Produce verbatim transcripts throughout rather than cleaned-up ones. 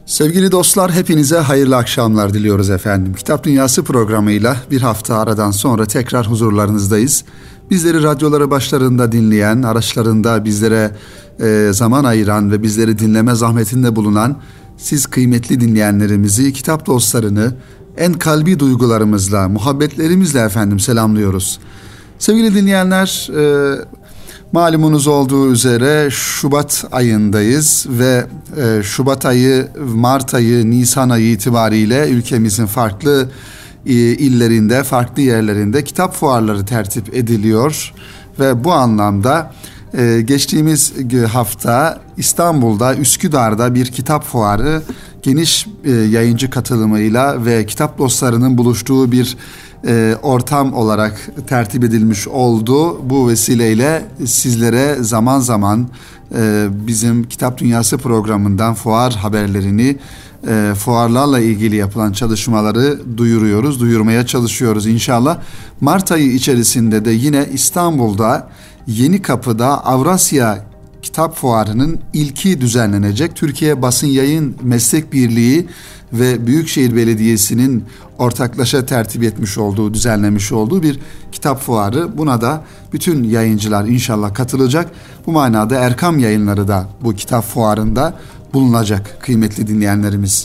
Sevgili dostlar, hepinize hayırlı akşamlar diliyoruz efendim. Kitap Dünyası programıyla bir hafta aradan sonra tekrar huzurlarınızdayız. Bizleri radyoları başlarında dinleyen, araçlarında bizlere e, zaman ayıran ve bizleri dinleme zahmetinde bulunan siz kıymetli dinleyenlerimizi, kitap dostlarını en kalbi duygularımızla, muhabbetlerimizle efendim selamlıyoruz. Sevgili dinleyenler, e, malumunuz olduğu üzere Şubat ayındayız ve e, Şubat ayı, Mart ayı, Nisan ayı itibariyle ülkemizin farklı e, illerinde, farklı yerlerinde kitap fuarları tertip ediliyor ve bu anlamda e, geçtiğimiz hafta İstanbul'da, Üsküdar'da bir kitap fuarı geniş e, yayıncı katılımıyla ve kitap dostlarının buluştuğu bir E, ortam olarak tertip edilmiş oldu. Bu vesileyle sizlere zaman zaman e, bizim Kitap Dünyası programından fuar haberlerini, e, fuarlarla ilgili yapılan çalışmaları duyuruyoruz, duyurmaya çalışıyoruz inşallah. Mart ayı içerisinde de yine İstanbul'da Yenikapı'da Avrasya Kitap Fuarı'nın ilki düzenlenecek. Türkiye Basın Yayın Meslek Birliği ve Büyükşehir Belediyesi'nin ortaklaşa tertip etmiş olduğu, düzenlemiş olduğu bir kitap fuarı. Buna da bütün yayıncılar inşallah katılacak. Bu manada Erkam Yayınları da bu kitap fuarında bulunacak kıymetli dinleyenlerimiz.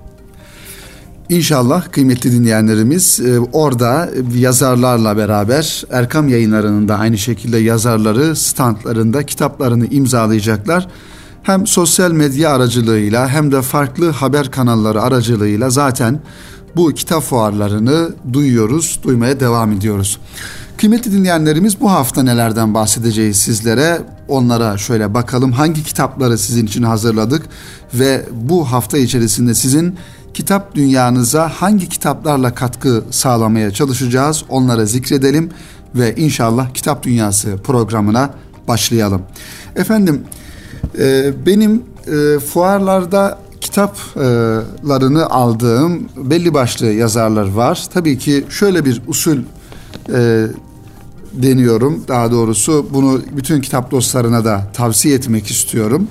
İnşallah kıymetli dinleyenlerimiz orada yazarlarla beraber Erkam Yayınları'nın da aynı şekilde yazarları standlarında kitaplarını imzalayacaklar. Hem sosyal medya aracılığıyla hem de farklı haber kanalları aracılığıyla zaten bu kitap fuarlarını duyuyoruz, duymaya devam ediyoruz. Kıymetli dinleyenlerimiz, bu hafta nelerden bahsedeceğiz sizlere? Onlara şöyle bakalım. Hangi kitapları sizin için hazırladık ve bu hafta içerisinde sizin kitap dünyanıza hangi kitaplarla katkı sağlamaya çalışacağız? Onları zikredelim ve inşallah Kitap Dünyası programına başlayalım. Efendim, e, benim e, fuarlarda kitaplarını aldığım belli başlı yazarlar var. Tabii ki şöyle bir usul e, deniyorum. Daha doğrusu bunu bütün kitap dostlarına da tavsiye etmek istiyorum.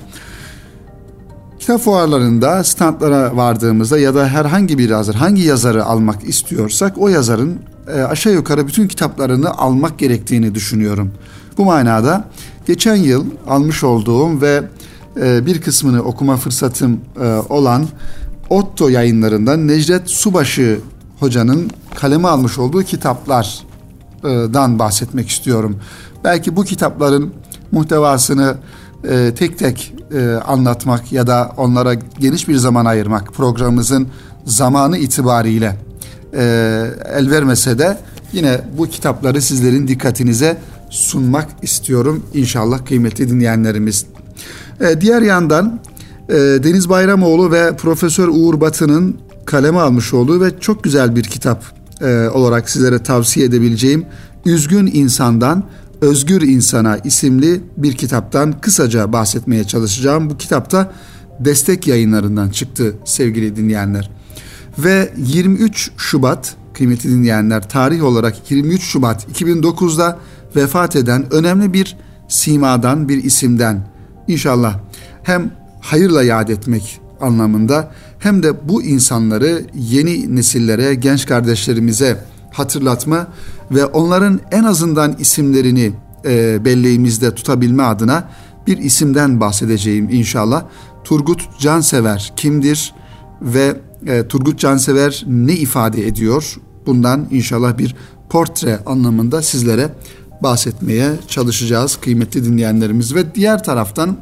Kitap fuarlarında standlara vardığımızda ya da herhangi bir yazar, hangi yazarı almak istiyorsak o yazarın e, aşağı yukarı bütün kitaplarını almak gerektiğini düşünüyorum. Bu manada geçen yıl almış olduğum ve e, bir kısmını okuma fırsatım e, olan Otto Yayınları'ndan Necdet Subaşı Hoca'nın kaleme almış olduğu kitaplardan bahsetmek istiyorum. Belki bu kitapların muhtevasını e, tek tek e, anlatmak ya da onlara geniş bir zaman ayırmak programımızın zamanı itibariyle e, el vermese de yine bu kitapları sizlerin dikkatinize sunmak istiyorum inşallah kıymetli dinleyenlerimiz. E, diğer yandan e, Deniz Bayramoğlu ve Profesör Uğur Batı'nın kaleme almış olduğu ve çok güzel bir kitap e, olarak sizlere tavsiye edebileceğim Üzgün İnsandan Özgür İnsana isimli bir kitaptan kısaca bahsetmeye çalışacağım. Bu kitapta Destek Yayınları'ndan çıktı sevgili dinleyenler. Ve yirmi üç Şubat kıymetli dinleyenler, tarih olarak yirmi üç Şubat iki bin dokuzda vefat eden önemli bir simadan, bir isimden inşallah hem hayırla yad etmek anlamında hem de bu insanları yeni nesillere, genç kardeşlerimize hatırlatma ve onların en azından isimlerini e, belleğimizde tutabilme adına bir isimden bahsedeceğim inşallah. Turgut Cansever kimdir ve e, Turgut Cansever ne ifade ediyor? Bundan inşallah bir portre anlamında sizlere bahsetmeye çalışacağız kıymetli dinleyenlerimiz. Ve diğer taraftan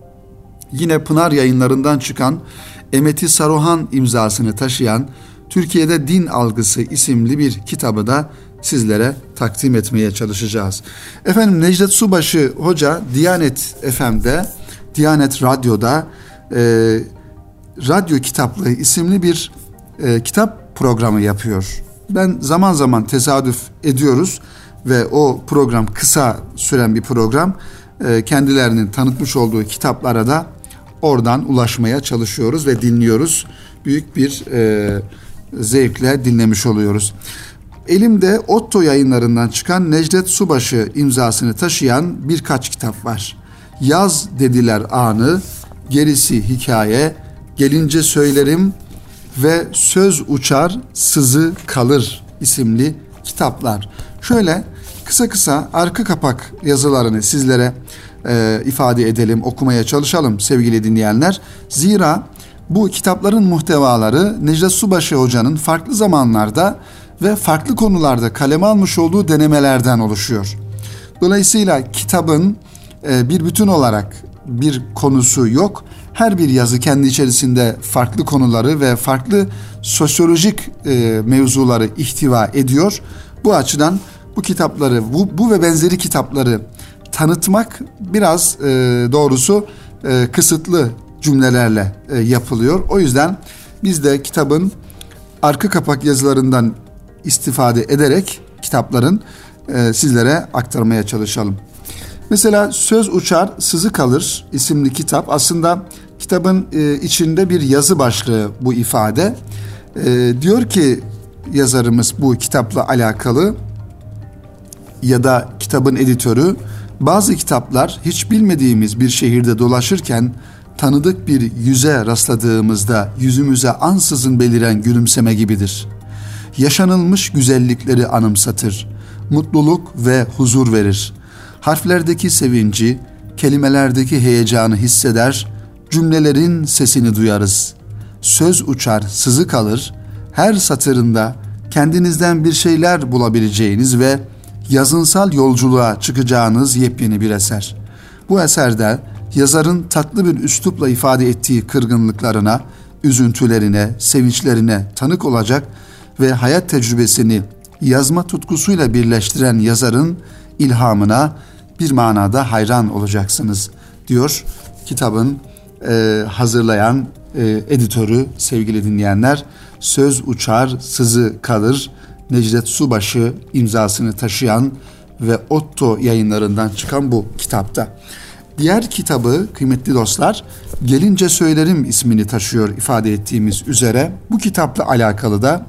yine Pınar Yayınları'ndan çıkan Emeti Saruhan imzasını taşıyan Türkiye'de Din Algısı isimli bir kitabı da sizlere takdim etmeye çalışacağız. Efendim, Necdet Subaşı Hoca Diyanet F M'de, Diyanet Radyo'da e, Radyo Kitaplığı isimli bir e, kitap programı yapıyor. Ben zaman zaman tesadüf ediyoruz ve o program kısa süren bir program. E, kendilerinin tanıtmış olduğu kitaplara da oradan ulaşmaya çalışıyoruz ve dinliyoruz. Büyük bir e, zevkle dinlemiş oluyoruz. Elimde Otto Yayınları'ndan çıkan Necdet Subaşı imzasını taşıyan birkaç kitap var. Yaz Dediler Anı, Gerisi Hikaye, Gelince Söylerim ve Söz Uçar Sızı Kalır isimli kitaplar. Şöyle kısa kısa arka kapak yazılarını sizlere e, ifade edelim, okumaya çalışalım sevgili dinleyenler. Zira bu kitapların muhtevaları Necdet Subaşı Hoca'nın farklı zamanlarda ve farklı konularda kaleme almış olduğu denemelerden oluşuyor. Dolayısıyla kitabın e, bir bütün olarak bir konusu yok. Her bir yazı kendi içerisinde farklı konuları ve farklı sosyolojik e, mevzuları ihtiva ediyor. Bu açıdan bu kitapları, bu, bu ve benzeri kitapları tanıtmak biraz e, doğrusu e, kısıtlı cümlelerle e, yapılıyor. O yüzden biz de kitabın arka kapak yazılarından istifade ederek kitapların e, sizlere aktarmaya çalışalım. Mesela Söz Uçar Sızı Kalır isimli kitap, aslında kitabın e, içinde bir yazı başlığı bu ifade. E, diyor ki yazarımız bu kitapla alakalı ya da kitabın editörü, bazı kitaplar hiç bilmediğimiz bir şehirde dolaşırken tanıdık bir yüze rastladığımızda yüzümüze ansızın beliren gülümseme gibidir. Yaşanılmış güzellikleri anımsatır, mutluluk ve huzur verir. Harflerdeki sevinci, kelimelerdeki heyecanı hisseder, cümlelerin sesini duyarız. Söz uçar, sızı kalır, her satırında kendinizden bir şeyler bulabileceğiniz ve yazınsal yolculuğa çıkacağınız yepyeni bir eser. Bu eserde yazarın tatlı bir üslupla ifade ettiği kırgınlıklarına, üzüntülerine, sevinçlerine tanık olacak ve hayat tecrübesini yazma tutkusuyla birleştiren yazarın ilhamına bir manada hayran olacaksınız diyor kitabın e, hazırlayan e, editörü sevgili dinleyenler. Söz Uçar Sızı Kalır, Necdet Subaşı imzasını taşıyan ve Otto yayınlarından çıkan bu kitapta. Diğer kitabı kıymetli dostlar Gelince Söylerim ismini taşıyor ifade ettiğimiz üzere. Bu kitapla alakalı da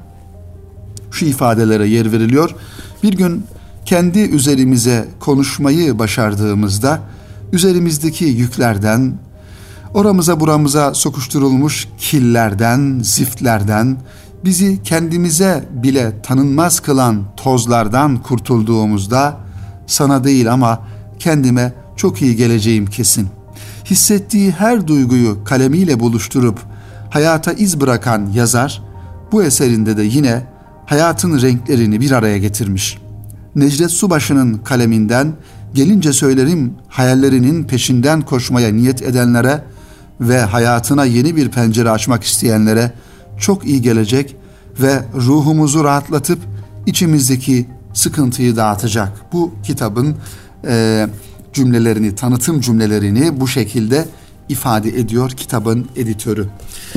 şu ifadelere yer veriliyor. Bir gün kendi üzerimize konuşmayı başardığımızda üzerimizdeki yüklerden, oramıza buramıza sokuşturulmuş killerden, ziftlerden, bizi kendimize bile tanınmaz kılan tozlardan kurtulduğumuzda sana değil ama kendime çok iyi geleceğim kesin. Hissettiği her duyguyu kalemiyle buluşturup hayata iz bırakan yazar bu eserinde de yine hayatın renklerini bir araya getirmiş. Necdet Subaşı'nın kaleminden Gelince Söylerim hayallerinin peşinden koşmaya niyet edenlere ve hayatına yeni bir pencere açmak isteyenlere çok iyi gelecek ve ruhumuzu rahatlatıp içimizdeki sıkıntıyı dağıtacak. Bu kitabın e, cümlelerini, tanıtım cümlelerini bu şekilde ifade ediyor kitabın editörü.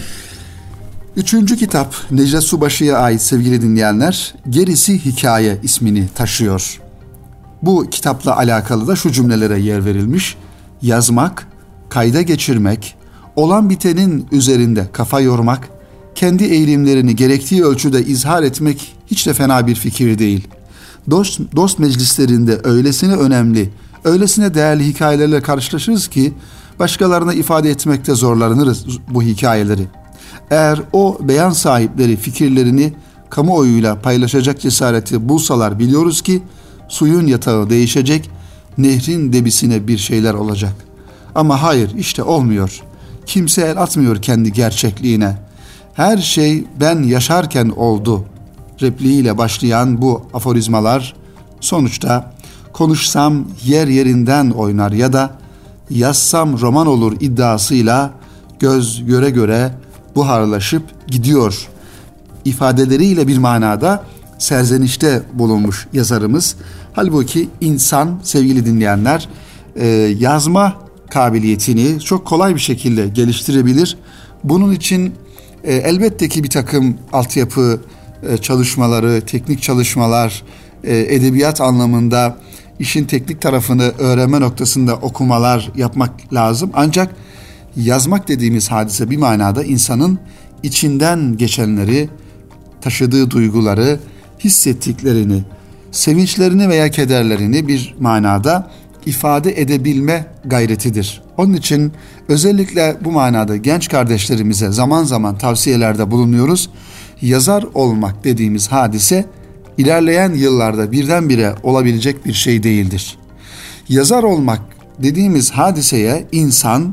Üçüncü kitap Necdet Subaşı'ya ait sevgili dinleyenler, Gerisi Hikaye ismini taşıyor. Bu kitapla alakalı da şu cümlelere yer verilmiş. Yazmak, kayda geçirmek, olan bitenin üzerinde kafa yormak, kendi eğilimlerini gerektiği ölçüde izhar etmek hiç de fena bir fikir değil. Dost, dost meclislerinde öylesine önemli, öylesine değerli hikayelerle karşılaşırız ki başkalarına ifade etmekte zorlanırız bu hikayeleri. Eğer o beyan sahipleri fikirlerini kamuoyuyla paylaşacak cesareti bulsalar biliyoruz ki suyun yatağı değişecek, nehrin debisine bir şeyler olacak. Ama hayır, işte olmuyor. Kimse el atmıyor kendi gerçekliğine. Her şey ben yaşarken oldu repliğiyle başlayan bu aforizmalar sonuçta konuşsam yer yerinden oynar ya da yazsam roman olur iddiasıyla göz göre göre buharlaşıp gidiyor ifadeleriyle bir manada serzenişte bulunmuş yazarımız. Halbuki insan sevgili dinleyenler e, yazma kabiliyetini çok kolay bir şekilde geliştirebilir. Bunun için e, elbette ki bir takım altyapı e, çalışmaları, teknik çalışmalar, e, edebiyat anlamında işin teknik tarafını öğrenme noktasında okumalar yapmak lazım. Ancak yazmak dediğimiz hadise bir manada insanın içinden geçenleri, taşıdığı duyguları, hissettiklerini, sevinçlerini veya kederlerini bir manada ifade edebilme gayretidir. Onun için özellikle bu manada genç kardeşlerimize zaman zaman tavsiyelerde bulunuyoruz. Yazar olmak dediğimiz hadise ilerleyen yıllarda birdenbire olabilecek bir şey değildir. Yazar olmak dediğimiz hadiseye insan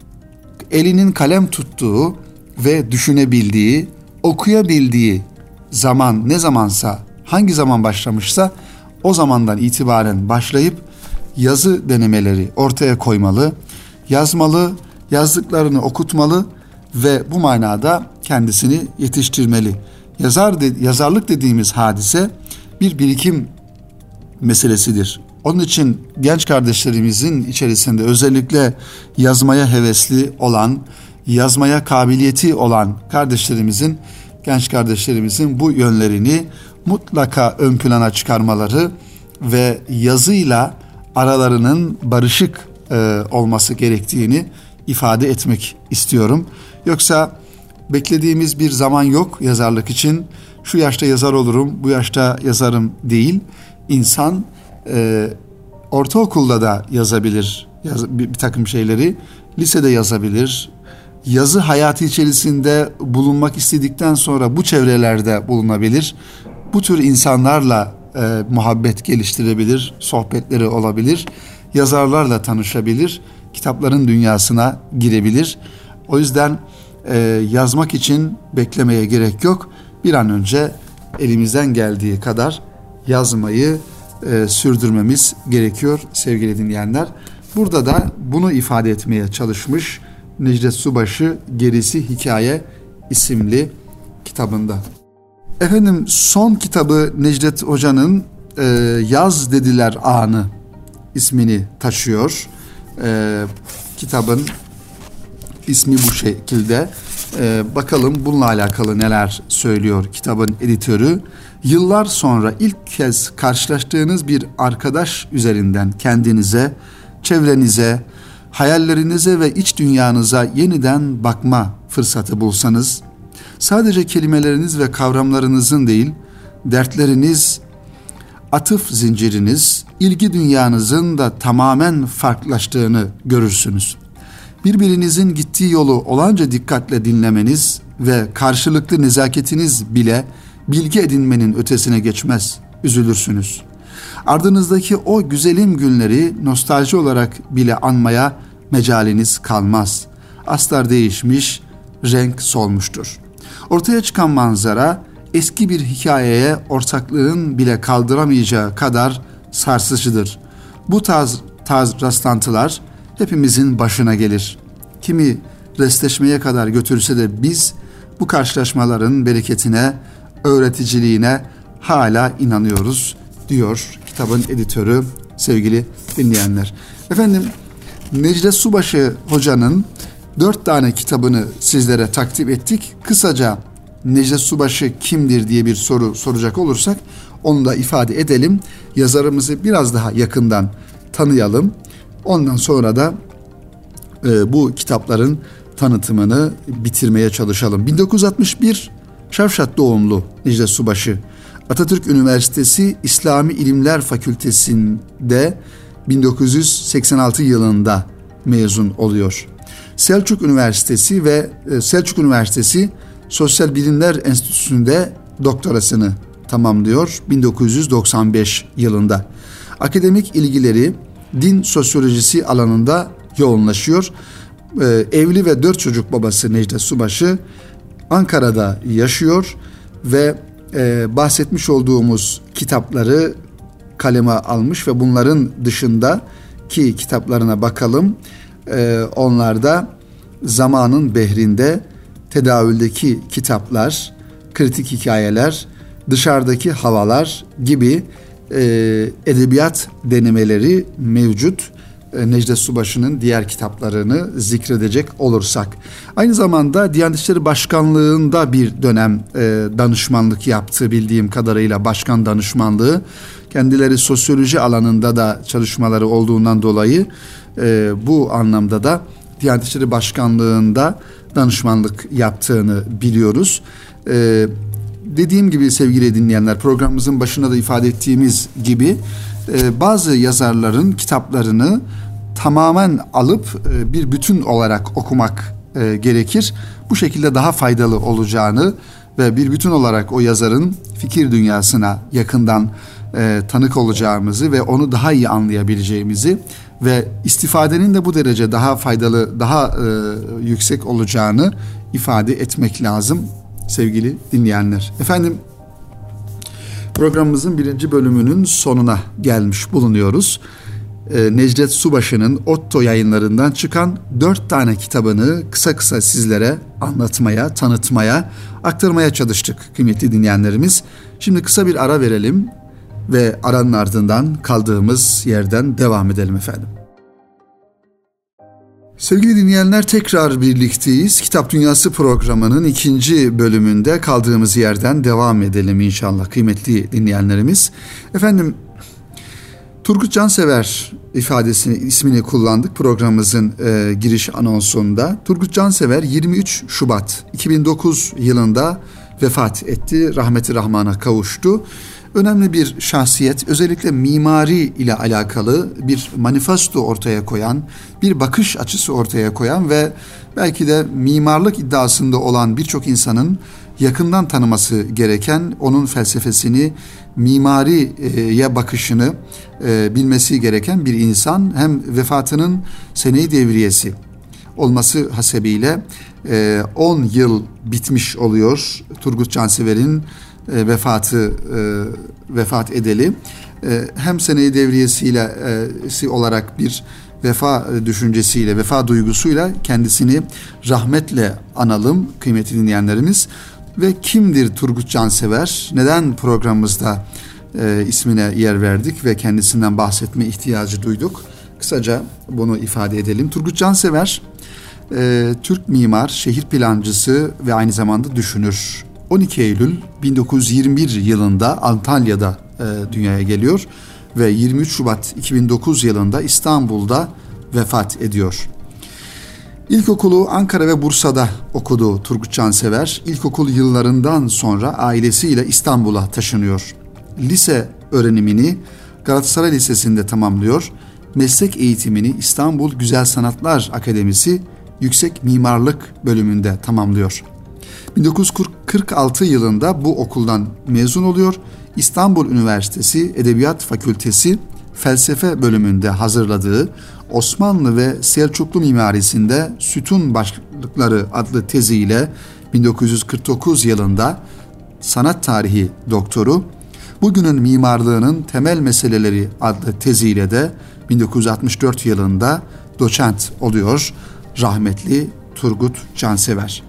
elinin kalem tuttuğu ve düşünebildiği, okuyabildiği zaman ne zamansa, hangi zaman başlamışsa o zamandan itibaren başlayıp yazı denemeleri ortaya koymalı, yazmalı, yazdıklarını okutmalı ve bu manada kendisini yetiştirmeli. Yazar de, yazarlık dediğimiz hadise bir birikim meselesidir. Onun için genç kardeşlerimizin içerisinde özellikle yazmaya hevesli olan, yazmaya kabiliyeti olan kardeşlerimizin, genç kardeşlerimizin bu yönlerini mutlaka ön plana çıkarmaları ve yazıyla aralarının barışık e, olması gerektiğini ifade etmek istiyorum. Yoksa beklediğimiz bir zaman yok yazarlık için. Şu yaşta yazar olurum, bu yaşta yazarım değil. İnsan e, ortaokulda da yazabilir yaz, bir, bir takım şeyleri, lisede yazabilir. Yazı hayatı içerisinde bulunmak istedikten sonra bu çevrelerde bulunabilir. Bu tür insanlarla e, muhabbet geliştirebilir, sohbetleri olabilir. Yazarlarla tanışabilir, kitapların dünyasına girebilir. O yüzden e, yazmak için beklemeye gerek yok. Bir an önce elimizden geldiği kadar yazmayı e, sürdürmemiz gerekiyor sevgili dinleyenler. Burada da bunu ifade etmeye çalışmış Necdet Subaşı Gerisi Hikaye isimli kitabında. Efendim son kitabı Necdet Hoca'nın e, Yaz Dediler Anı ismini taşıyor. E, kitabın ismi bu şekilde. E, bakalım bununla alakalı neler söylüyor kitabın editörü. Yıllar sonra ilk kez karşılaştığınız bir arkadaş üzerinden kendinize, çevrenize, hayallerinize ve iç dünyanıza yeniden bakma fırsatı bulsanız, sadece kelimeleriniz ve kavramlarınızın değil, dertleriniz, atıf zinciriniz, ilgi dünyanızın da tamamen farklılaştığını görürsünüz. Birbirinizin gittiği yolu olanca dikkatle dinlemeniz ve karşılıklı nezaketiniz bile bilgi edinmenin ötesine geçmez, üzülürsünüz. Ardınızdaki o güzelim günleri nostalji olarak bile anmaya mecaliniz kalmaz. Aslar değişmiş, renk solmuştur. Ortaya çıkan manzara eski bir hikayeye ortaklığın bile kaldıramayacağı kadar sarsıcıdır. Bu tarz, tarz rastlantılar hepimizin başına gelir. Kimi restleşmeye kadar götürse de biz bu karşılaşmaların bereketine, öğreticiliğine hala inanıyoruz diyor kitabın editörü sevgili dinleyenler. Efendim Necdet Subaşı Hoca'nın dört tane kitabını sizlere takdim ettik. Kısaca Necdet Subaşı kimdir diye bir soru soracak olursak onu da ifade edelim. Yazarımızı biraz daha yakından tanıyalım. Ondan sonra da e, bu kitapların tanıtımını bitirmeye çalışalım. bin dokuz yüz altmış bir Şavşat doğumlu Necdet Subaşı. Atatürk Üniversitesi İslami İlimler Fakültesi'nde bin dokuz yüz seksen altı yılında mezun oluyor. Selçuk Üniversitesi ve Selçuk Üniversitesi Sosyal Bilimler Enstitüsü'nde doktorasını tamamlıyor bin dokuz yüz doksan beş yılında. Akademik ilgileri din sosyolojisi alanında yoğunlaşıyor. Ee, evli ve dört çocuk babası Necdet Subaşı Ankara'da yaşıyor ve e, bahsetmiş olduğumuz kitapları kaleme almış ve bunların dışındaki kitaplarına bakalım. Ee, onlar da Zamanın Behrinde, Tedavüldeki Kitaplar, Kritik Hikayeler, Dışarıdaki Havalar gibi e, edebiyat denemeleri mevcut. E, Necdet Subaşı'nın diğer kitaplarını zikredecek olursak. Aynı zamanda Diyanet İşleri Başkanlığı'nda bir dönem e, danışmanlık yaptı bildiğim kadarıyla, başkan danışmanlığı. Kendileri sosyoloji alanında da çalışmaları olduğundan dolayı e, bu anlamda da Diyanet İşleri Başkanlığı'nda danışmanlık yaptığını biliyoruz. E, dediğim gibi sevgili dinleyenler, programımızın başında da ifade ettiğimiz gibi e, bazı yazarların kitaplarını tamamen alıp e, bir bütün olarak okumak e, gerekir. Bu şekilde daha faydalı olacağını ve bir bütün olarak o yazarın fikir dünyasına yakından e, tanık olacağımızı ve onu daha iyi anlayabileceğimizi ve istifadenin de bu derece daha faydalı, daha e, yüksek olacağını ifade etmek lazım sevgili dinleyenler. Efendim, programımızın birinci bölümünün sonuna gelmiş bulunuyoruz. Ee, Necdet Subaşı'nın Otto yayınlarından çıkan dört tane kitabını kısa kısa sizlere anlatmaya, tanıtmaya, aktarmaya çalıştık kıymetli dinleyenlerimiz. Şimdi kısa bir ara verelim ve aranın ardından kaldığımız yerden devam edelim efendim. Sevgili dinleyenler, tekrar birlikteyiz. Kitap Dünyası programının ikinci bölümünde kaldığımız yerden devam edelim inşallah kıymetli dinleyenlerimiz. Efendim, Turgut Cansever ifadesini, ismini kullandık programımızın e, giriş anonsunda. Turgut Cansever yirmi üç Şubat iki bin dokuz yılında vefat etti, rahmeti rahmana kavuştu. Önemli bir şahsiyet, özellikle mimari ile alakalı bir manifesto ortaya koyan, bir bakış açısı ortaya koyan ve belki de mimarlık iddiasında olan birçok insanın yakından tanıması gereken, onun felsefesini, mimariye bakışını e, bilmesi gereken bir insan. Hem vefatının sene-i devriyesi olması hasebiyle e, on yıl bitmiş oluyor Turgut Cansever'in e, vefatı e, vefat edeli. E, hem sene-i devriyesiyle e, olarak bir vefa düşüncesiyle, vefa duygusuyla kendisini rahmetle analım kıymetli dinleyenlerimiz. Ve kimdir Turgut Cansever? Neden programımızda e, ismine yer verdik ve kendisinden bahsetme ihtiyacı duyduk? Kısaca bunu ifade edelim. Turgut Cansever, e, Türk mimar, şehir plancısı ve aynı zamanda düşünür. on iki Eylül bin dokuz yüz yirmi bir yılında Antalya'da e, dünyaya geliyor ve yirmi üç Şubat iki bin dokuz yılında İstanbul'da vefat ediyor. İlkokulu Ankara ve Bursa'da okudu Turgut Cansever. İlkokul yıllarından sonra ailesiyle İstanbul'a taşınıyor. Lise öğrenimini Galatasaray Lisesi'nde tamamlıyor. Meslek eğitimini İstanbul Güzel Sanatlar Akademisi Yüksek Mimarlık bölümünde tamamlıyor. bin dokuz yüz kırk altı yılında bu okuldan mezun oluyor. İstanbul Üniversitesi Edebiyat Fakültesi Felsefe bölümünde hazırladığı Osmanlı ve Selçuklu mimarisinde sütun başlıkları adlı teziyle bin dokuz yüz kırk dokuz yılında sanat tarihi doktoru, bugünün mimarlığının temel meseleleri adlı teziyle de bin dokuz yüz altmış dört yılında doçent oluyor rahmetli Turgut Cansever.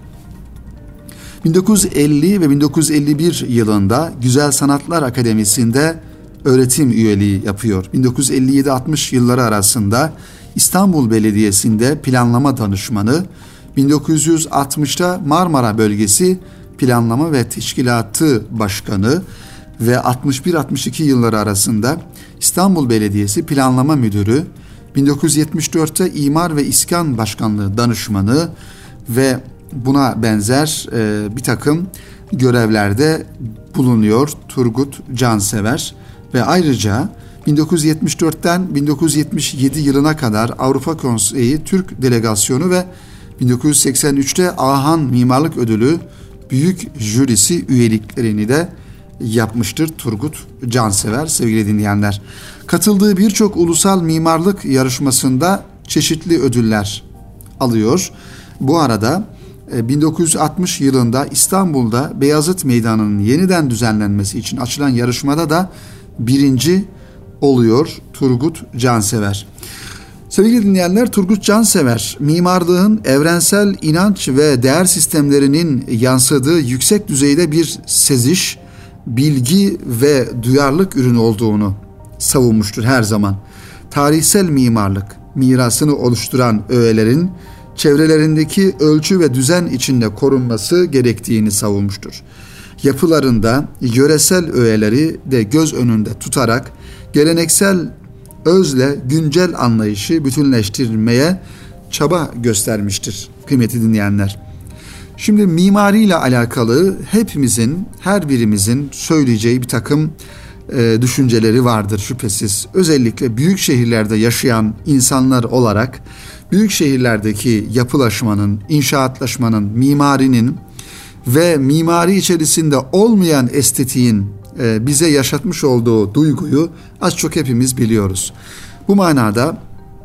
bin dokuz yüz elli ve bin dokuz yüz elli bir yılında Güzel Sanatlar Akademisi'nde öğretim üyeliği yapıyor. bin dokuz yüz elli yedi altmış yılları arasında İstanbul Belediyesi'nde planlama danışmanı, bin dokuz yüz altmışta Marmara Bölgesi Planlama ve Teşkilatı Başkanı ve altmış bir altmış iki yılları arasında İstanbul Belediyesi Planlama Müdürü, bin dokuz yüz yetmiş dörtte İmar ve İskan Başkanlığı danışmanı ve buna benzer e, bir takım görevlerde bulunuyor Turgut Cansever. Ve ayrıca bin dokuz yüz yetmiş dörtten bin dokuz yüz yetmiş yedi yılına kadar Avrupa Konseyi Türk Delegasyonu ve bin dokuz yüz seksen üçte Ahan Mimarlık Ödülü Büyük Jürisi üyeliklerini de yapmıştır Turgut Cansever sevgili dinleyenler. Katıldığı birçok ulusal mimarlık yarışmasında çeşitli ödüller alıyor. Bu arada bin dokuz yüz altmış yılında İstanbul'da Beyazıt Meydanı'nın yeniden düzenlenmesi için açılan yarışmada da birinci oluyor Turgut Cansever. Sevgili dinleyenler, Turgut Cansever, mimarlığın evrensel inanç ve değer sistemlerinin yansıdığı yüksek düzeyde bir seziş, bilgi ve duyarlılık ürünü olduğunu savunmuştur her zaman. Tarihsel mimarlık, mirasını oluşturan öğelerin çevrelerindeki ölçü ve düzen içinde korunması gerektiğini savunmuştur. Yapılarında yöresel öğeleri de göz önünde tutarak geleneksel özle güncel anlayışı bütünleştirmeye çaba göstermiştir kıymetli dinleyenler. Şimdi mimariyle alakalı hepimizin, her birimizin söyleyeceği bir takım e, düşünceleri vardır şüphesiz. Özellikle büyük şehirlerde yaşayan insanlar olarak büyük şehirlerdeki yapılaşmanın, inşaatlaşmanın, mimarinin ve mimari içerisinde olmayan estetiğin e, bize yaşatmış olduğu duyguyu az çok hepimiz biliyoruz. Bu manada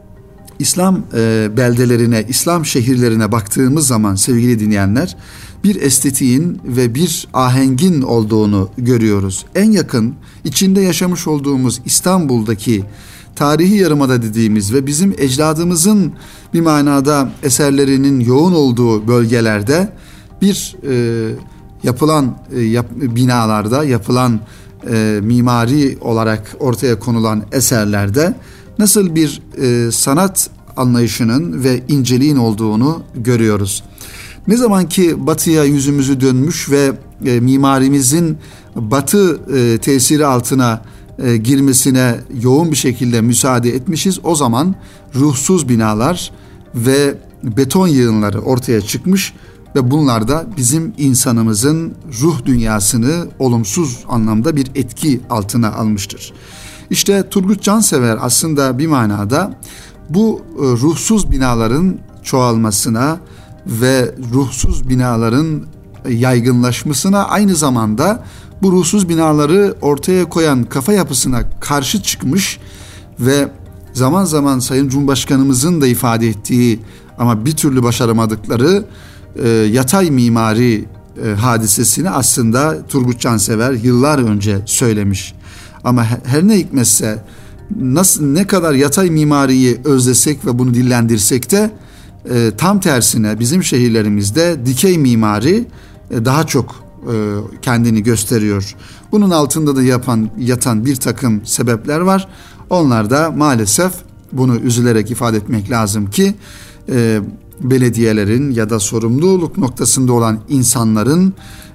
İslam e, beldelerine, İslam şehirlerine baktığımız zaman sevgili dinleyenler, bir estetiğin ve bir ahengin olduğunu görüyoruz. En yakın içinde yaşamış olduğumuz İstanbul'daki tarihi yarımada dediğimiz ve bizim ecdadımızın bir manada eserlerinin yoğun olduğu bölgelerde bir e, yapılan e, yap, binalarda, yapılan e, mimari olarak ortaya konulan eserlerde nasıl bir e, sanat anlayışının ve inceliğin olduğunu görüyoruz. Ne zaman ki batıya yüzümüzü dönmüş ve e, mimarimizin batı e, tesiri altına e, girmesine yoğun bir şekilde müsaade etmişiz, o zaman ruhsuz binalar ve beton yığınları ortaya çıkmış ve bunlar da bizim insanımızın ruh dünyasını olumsuz anlamda bir etki altına almıştır. İşte Turgut Cansever aslında bir manada bu e, ruhsuz binaların çoğalmasına ve ruhsuz binaların yaygınlaşmasına, aynı zamanda bu ruhsuz binaları ortaya koyan kafa yapısına karşı çıkmış ve zaman zaman Sayın Cumhurbaşkanımızın da ifade ettiği ama bir türlü başaramadıkları e, yatay mimari e, hadisesini aslında Turgut Cansever yıllar önce söylemiş. Ama her ne hikmetse nasıl, ne kadar yatay mimariyi özlesek ve bunu dillendirsek de e, tam tersine bizim şehirlerimizde dikey mimari e, daha çok e, kendini gösteriyor. Bunun altında da yapan yatan bir takım sebepler var. Onlar da maalesef, bunu üzülerek ifade etmek lazım ki e, belediyelerin ya da sorumluluk noktasında olan insanların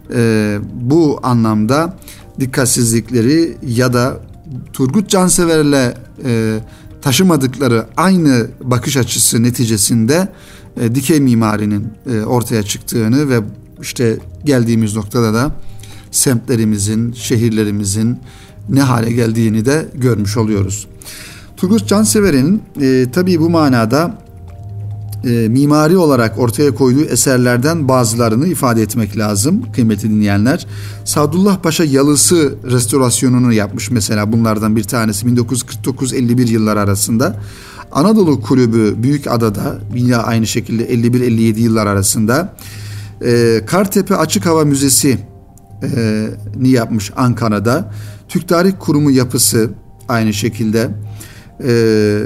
e, bu anlamda dikkatsizlikleri ya da Turgut Cansever'le e, taşımadıkları aynı bakış açısı neticesinde e, dikey mimarinin e, ortaya çıktığını ve işte geldiğimiz noktada da semtlerimizin, şehirlerimizin ne hale geldiğini de görmüş oluyoruz. Turgut Cansever'in e, tabii bu manada e, mimari olarak ortaya koyduğu eserlerden bazılarını ifade etmek lazım kıymetli dinleyenler. Sadullah Paşa Yalısı restorasyonunu yapmış mesela, bunlardan bir tanesi bin dokuz yüz kırk dokuz elli bir yıllar arasında. Anadolu Kulübü Büyükada'da yine aynı şekilde elli bir elli yedi yıllar arasında. E, Kartepe Açık Hava Müzesi e, ni yapmış Ankara'da. Türk Tarih Kurumu yapısı aynı şekilde. E,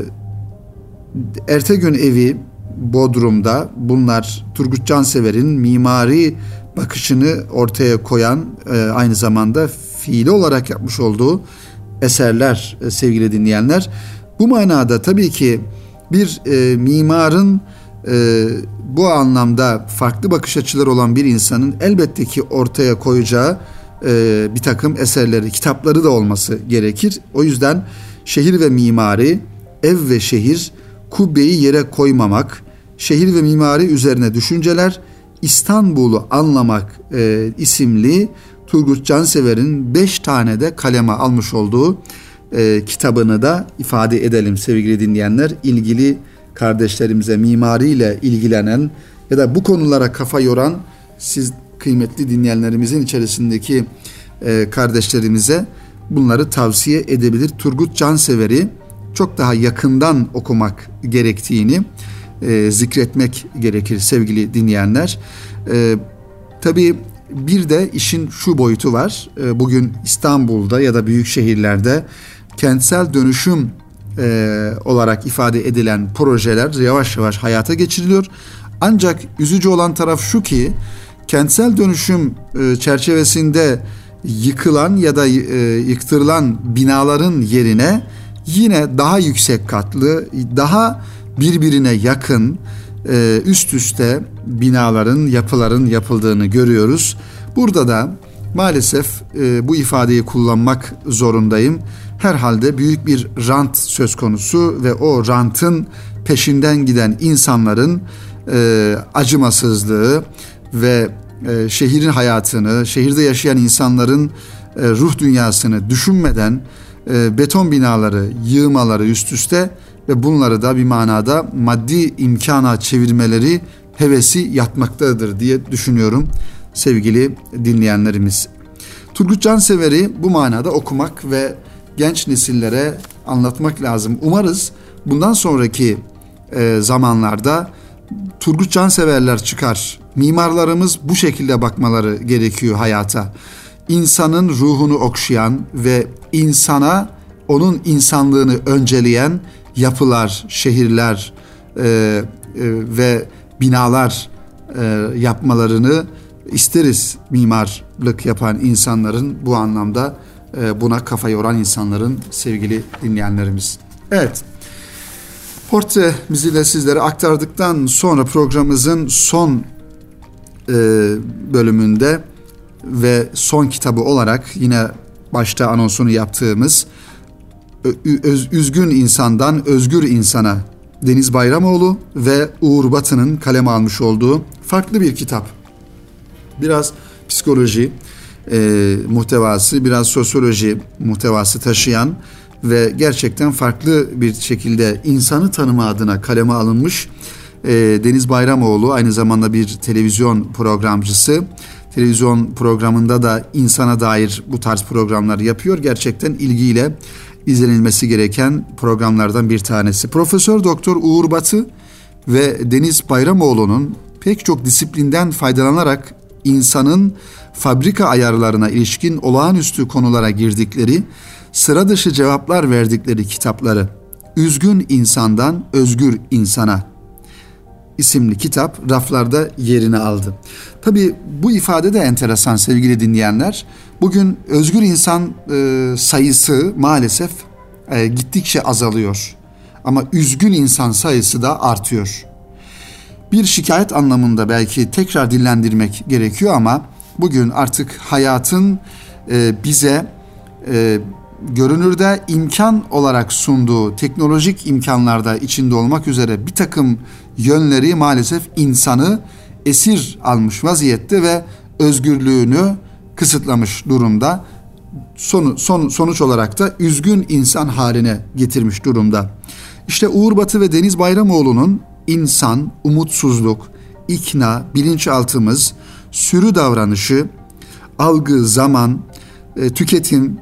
Ertegün Evi Bodrum'da, bunlar Turgut Cansever'in mimari bakışını ortaya koyan e, aynı zamanda fiili olarak yapmış olduğu eserler e, sevgili dinleyenler. Bu manada tabii ki bir e, mimarın e, bu anlamda farklı bakış açıları olan bir insanın elbette ki ortaya koyacağı e, bir takım eserleri, kitapları da olması gerekir. O yüzden şehir ve mimari, ev ve şehir, kubbeyi yere koymamak, şehir ve mimari üzerine düşünceler, İstanbul'u anlamak e, isimli Turgut Cansever'in beş tane de kaleme almış olduğu e, kitabını da ifade edelim sevgili dinleyenler. İlgili kardeşlerimize, mimariyle ilgilenen ya da bu konulara kafa yoran siz kıymetli dinleyenlerimizin içerisindeki e, kardeşlerimize bunları tavsiye edebilir. Turgut Cansever'i çok daha yakından okumak gerektiğini e, zikretmek gerekir sevgili dinleyenler. E, tabii bir de işin şu boyutu var. E, bugün İstanbul'da ya da büyük şehirlerde kentsel dönüşüm e, olarak ifade edilen projeler yavaş yavaş hayata geçiriliyor. Ancak üzücü olan taraf şu ki kentsel dönüşüm e, çerçevesinde yıkılan ya da e, yıktırılan binaların yerine yine daha yüksek katlı, daha birbirine yakın, e, üst üste binaların, yapıların yapıldığını görüyoruz. Burada da maalesef e, bu ifadeyi kullanmak zorundayım. Herhalde büyük bir rant söz konusu ve o rantın peşinden giden insanların e, acımasızlığı ve e, şehrin hayatını, şehirde yaşayan insanların e, ruh dünyasını düşünmeden e, beton binaları, yığmaları üst üste ve bunları da bir manada maddi imkana çevirmeleri hevesi yatmaktadır diye düşünüyorum sevgili dinleyenlerimiz. Turgut Cansever'i bu manada okumak ve genç nesillere anlatmak lazım. Umarız bundan sonraki e, zamanlarda Turgut Canseverler çıkar. Mimarlarımız bu şekilde bakmaları gerekiyor hayata. İnsanın ruhunu okşayan ve insana onun insanlığını önceleyen yapılar, şehirler e, e, ve binalar e, yapmalarını isteriz. Mimarlık yapan insanların, bu anlamda e, buna kafa yoran insanların, sevgili dinleyenlerimiz. Evet, portremizi de sizlere aktardıktan sonra programımızın son e, bölümünde ve son kitabı olarak yine başta anonsunu yaptığımız Öz, Üzgün İnsandan Özgür İnsana, Deniz Bayramoğlu ve Uğur Batı'nın kaleme almış olduğu farklı bir kitap. Biraz psikoloji e, muhtevası, biraz sosyoloji muhtevası taşıyan ve gerçekten farklı bir şekilde insanı tanıma adına kaleme alınmış. e, Deniz Bayramoğlu aynı zamanda bir televizyon programcısı. Televizyon programında da insana dair bu tarz programlar yapıyor. Gerçekten ilgiyle izlenilmesi gereken programlardan bir tanesi. Profesör Doktor Uğur Batı ve Deniz Bayramoğlu'nun pek çok disiplinden faydalanarak insanın fabrika ayarlarına ilişkin olağanüstü konulara girdikleri, sıra dışı cevaplar verdikleri kitapları Üzgün İnsandan Özgür İnsana isimli kitap raflarda yerini aldı. Tabii bu ifade de enteresan sevgili dinleyenler. Bugün özgür insan e, sayısı maalesef e, gittikçe azalıyor. Ama üzgün insan sayısı da artıyor. Bir şikayet anlamında belki tekrar dillendirmek gerekiyor ama bugün artık hayatın e, bize e, görünürde imkan olarak sunduğu teknolojik imkanlarda içinde olmak üzere bir takım yönleri maalesef insanı esir almış vaziyette ve özgürlüğünü kısıtlamış durumda. Son, son, sonuç olarak da üzgün insan haline getirmiş durumda. İşte Uğur Batı ve Deniz Bayramoğlu'nun insan, umutsuzluk, ikna, bilinçaltımız, sürü davranışı, algı, zaman, e, tüketim,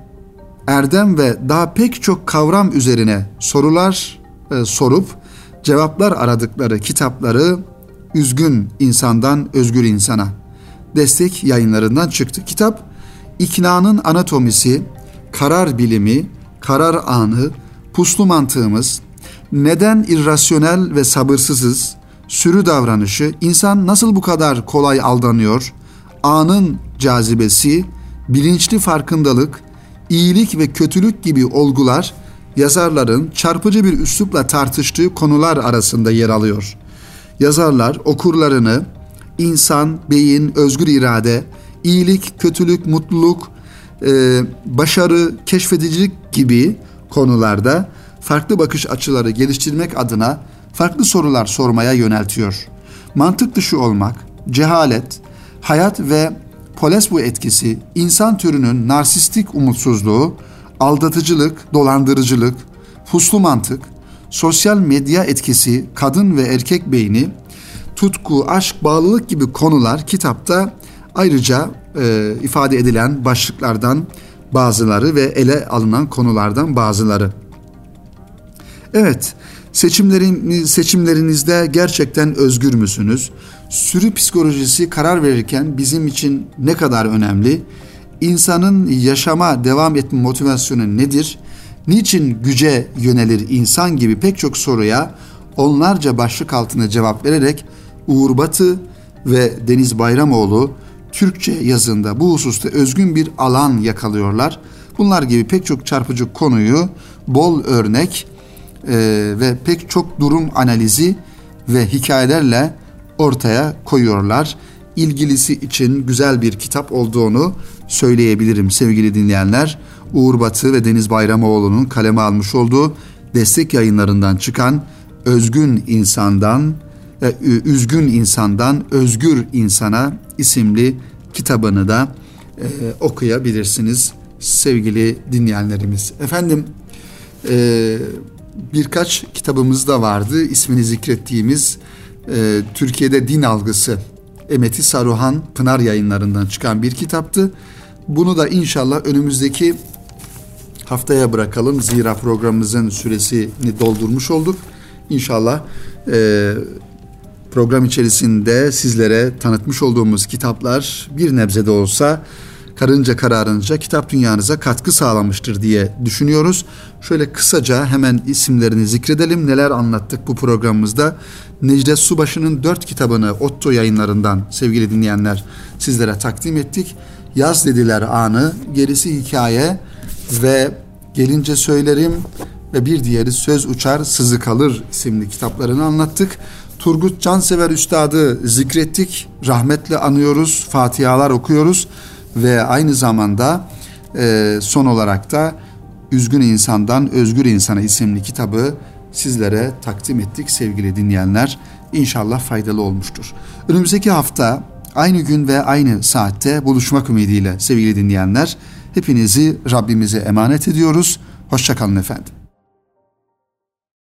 erdem ve daha pek çok kavram üzerine sorular e, sorup cevaplar aradıkları kitapları Üzgün İnsandan Özgür İnsana Destek Yayınlarından çıktı. Kitap, iknanın anatomisi, karar bilimi, karar anı, puslu mantığımız, neden irrasyonel ve sabırsızız, sürü davranışı, insan nasıl bu kadar kolay aldanıyor, anın cazibesi, bilinçli farkındalık, iyilik ve kötülük gibi olgular yazarların çarpıcı bir üslupla tartıştığı konular arasında yer alıyor. Yazarlar okurlarını insan, beyin, özgür irade, iyilik, kötülük, mutluluk, e, başarı, keşfedicilik gibi konularda farklı bakış açıları geliştirmek adına farklı sorular sormaya yöneltiyor. Mantık dışı olmak, cehalet, hayat ve Polesbu etkisi, insan türünün narsistik umutsuzluğu, aldatıcılık, dolandırıcılık, puslu mantık, sosyal medya etkisi, kadın ve erkek beyni, tutku, aşk, bağlılık gibi konular kitapta ayrıca e, ifade edilen başlıklardan bazıları ve ele alınan konulardan bazıları. Evet, seçimlerin, seçimlerinizde gerçekten özgür müsünüz? Sürü psikolojisi karar verirken bizim için ne kadar önemli? İnsanın yaşama devam etme motivasyonu nedir? Niçin güce yönelir insan gibi pek çok soruya onlarca başlık altında cevap vererek Uğur Batı ve Deniz Bayramoğlu Türkçe yazında bu hususta özgün bir alan yakalıyorlar. Bunlar gibi pek çok çarpıcı konuyu bol örnek e, ve pek çok durum analizi ve hikayelerle ortaya koyuyorlar. İlgilisi için güzel bir kitap olduğunu söyleyebilirim sevgili dinleyenler. Uğur Batı ve Deniz Bayramoğlu'nun kaleme almış olduğu Destek Yayınlarından çıkan Özgün İnsandan Üzgün İnsandan Özgür İnsana isimli kitabını da e, okuyabilirsiniz sevgili dinleyenlerimiz. Efendim e, birkaç kitabımız da vardı. İsmini zikrettiğimiz e, Türkiye'de Din Algısı, Emeti Saruhan Pınar Yayınlarından çıkan bir kitaptı. Bunu da inşallah önümüzdeki haftaya bırakalım. Zira programımızın süresini doldurmuş olduk. İnşallah e, program içerisinde sizlere tanıtmış olduğumuz kitaplar bir nebze de olsa karınca kararınca kitap dünyanıza katkı sağlamıştır diye düşünüyoruz. Şöyle kısaca hemen isimlerini zikredelim. Neler anlattık bu programımızda? Necdet Subaşı'nın dört kitabını Otto Yayınlarından sevgili dinleyenler sizlere takdim ettik. Yaz dediler anı, gerisi hikaye ve gelince söylerim ve bir diğeri söz uçar sızı kalır isimli kitaplarını anlattık. Turgut Cansever Üstad'ı zikrettik. Rahmetle anıyoruz, fatihalar okuyoruz ve aynı zamanda e, son olarak da Üzgün İnsandan Özgür İnsana isimli kitabı sizlere takdim ettik sevgili dinleyenler. İnşallah faydalı olmuştur. Önümüzdeki hafta aynı gün ve aynı saatte buluşmak ümidiyle sevgili dinleyenler. Hepinizi Rabbimize emanet ediyoruz. Hoşça kalın efendim.